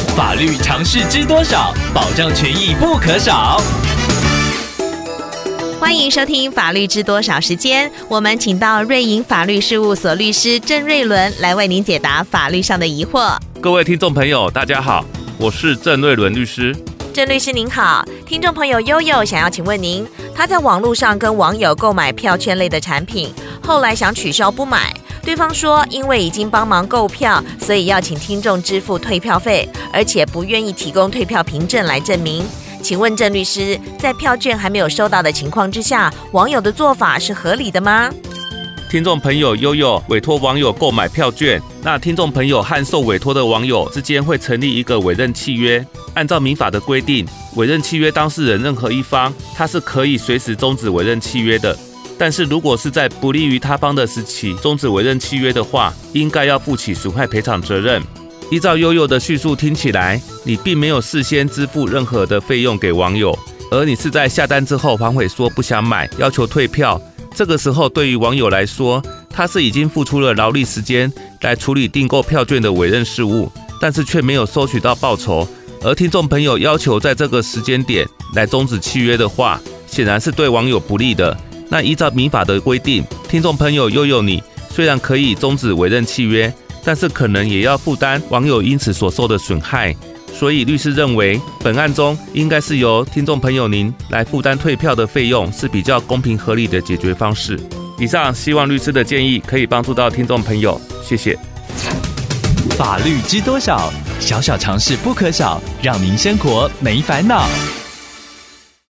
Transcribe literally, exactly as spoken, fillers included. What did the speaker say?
法律常识知多少？保障权益不可少。 欢迎收听法律知多少时间，我们请到瑞银法律事务所律师郑瑞伦来为您解答法律上的疑惑。 各位听众朋友大家好，我是郑瑞伦律师。 郑律师您好，听众朋友悠悠想要请问您，他在网络上跟网友购买票券类的产品，后来想取消不买，对方说因为已经帮忙购票，所以要请听众支付退票费，而且不愿意提供退票凭证来证明。请问郑律师，在票券还没有收到的情况之下，网友的做法是合理的吗？ 听众朋友悠悠委托网友购买票券，那听众朋友和受委托的网友之间会成立一个委任契约。按照民法的规定，委任契约当事人任何一方，他是可以随时终止委任契约的。但是如果是在不利于他方的时期终止委任契约的话，应该要负起损害赔偿责任。依照悠悠的叙述听起来，你并没有事先支付任何的费用给网友，而你是在下单之后反悔说不想买，要求退票。这个时候对于网友来说，他是已经付出了劳力时间来处理订购票券的委任事务，但是却没有收取到报酬，而听众朋友要求在这个时间点来终止契约的话，显然是对网友不利的。那依照民法的规定，听众朋友悠悠你虽然可以终止委任契约，但是可能也要负担网友因此所受的损害。所以律师认为，本案中应该是由听众朋友您来负担退票的费用，是比较公平合理的解决方式。以上希望律师的建议可以帮助到听众朋友，谢谢。 法律知多少？小小常识不可少，让您生活没烦恼。